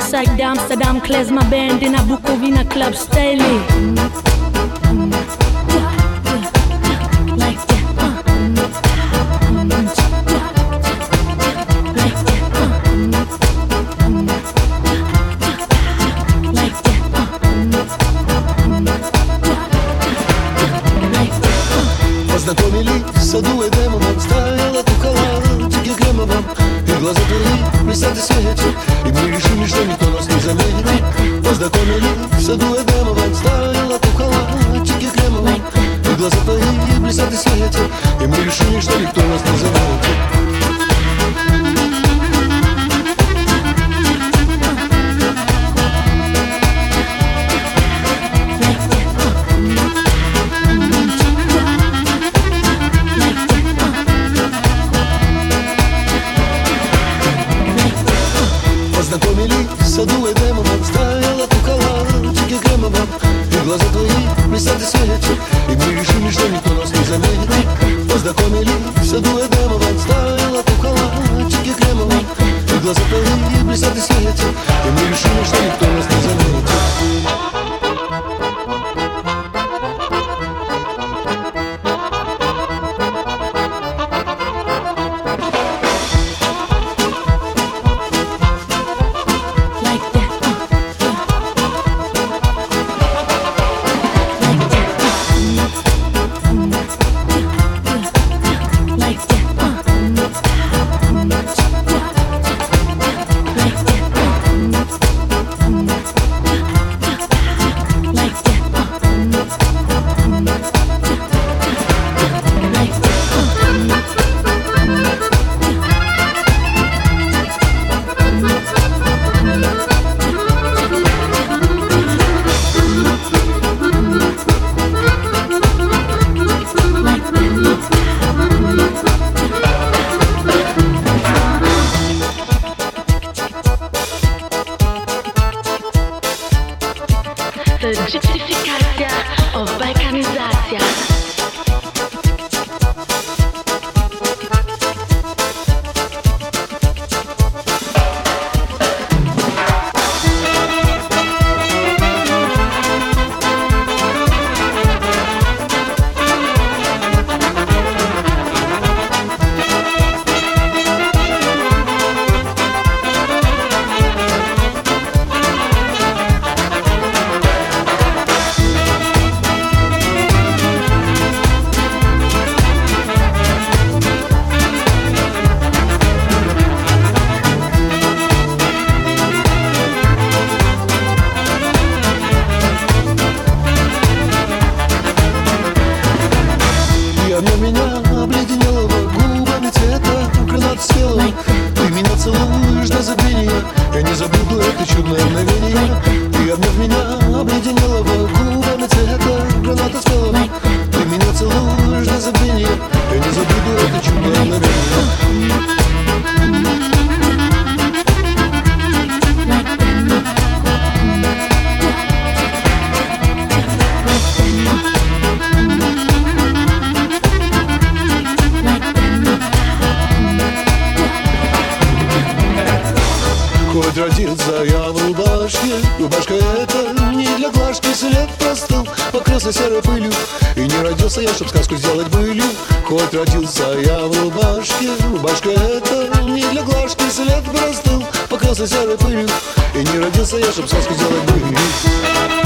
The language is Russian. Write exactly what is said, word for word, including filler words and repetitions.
Westside Amsterdam, klezma band na Bukovina club style. Познакомились в саду Эдемовом, стояла тухала, тики кремовом, и глаза твои блестят и светят, и мы решили, что никто нас не заметит. Познакомились в саду Эдемовом, стояла тухала, тики кремовом, и глаза твои блестят и светят, и мы решили, что никто нас не заметит. Познакомились в саду Эдемовом, стояла тухала, тики кремовом, и глаза твои блестят и светят, и мы решили, что никто нас не заметит. Познакомились в саду Эдемовом, стояла тухала, тики кремовом, и глаза твои блестят и светят, и мы решили, что никто нас не заметит. To gentrifikacja, o balkanizacja. Обняв меня обледенелого губами цвета гранат спелого, ты меня целуешь до забвения, я не забуду это чудное мгновение. Ты обняв меня обледенелого губами цвета граната спелого, ты меня целуешь до забвения, я не забуду это чудное мгновение. Хоть родился я в рубашке, рубашка эта не для глажки, след простыл, покрылся серой пылью, и не родился я, чтоб сказку сделать былью. Хоть родился я в рубашке, рубашка эта не для глажки, след простыл, покрылся серой пылью, и не родился я, чтоб сказку сделать былью.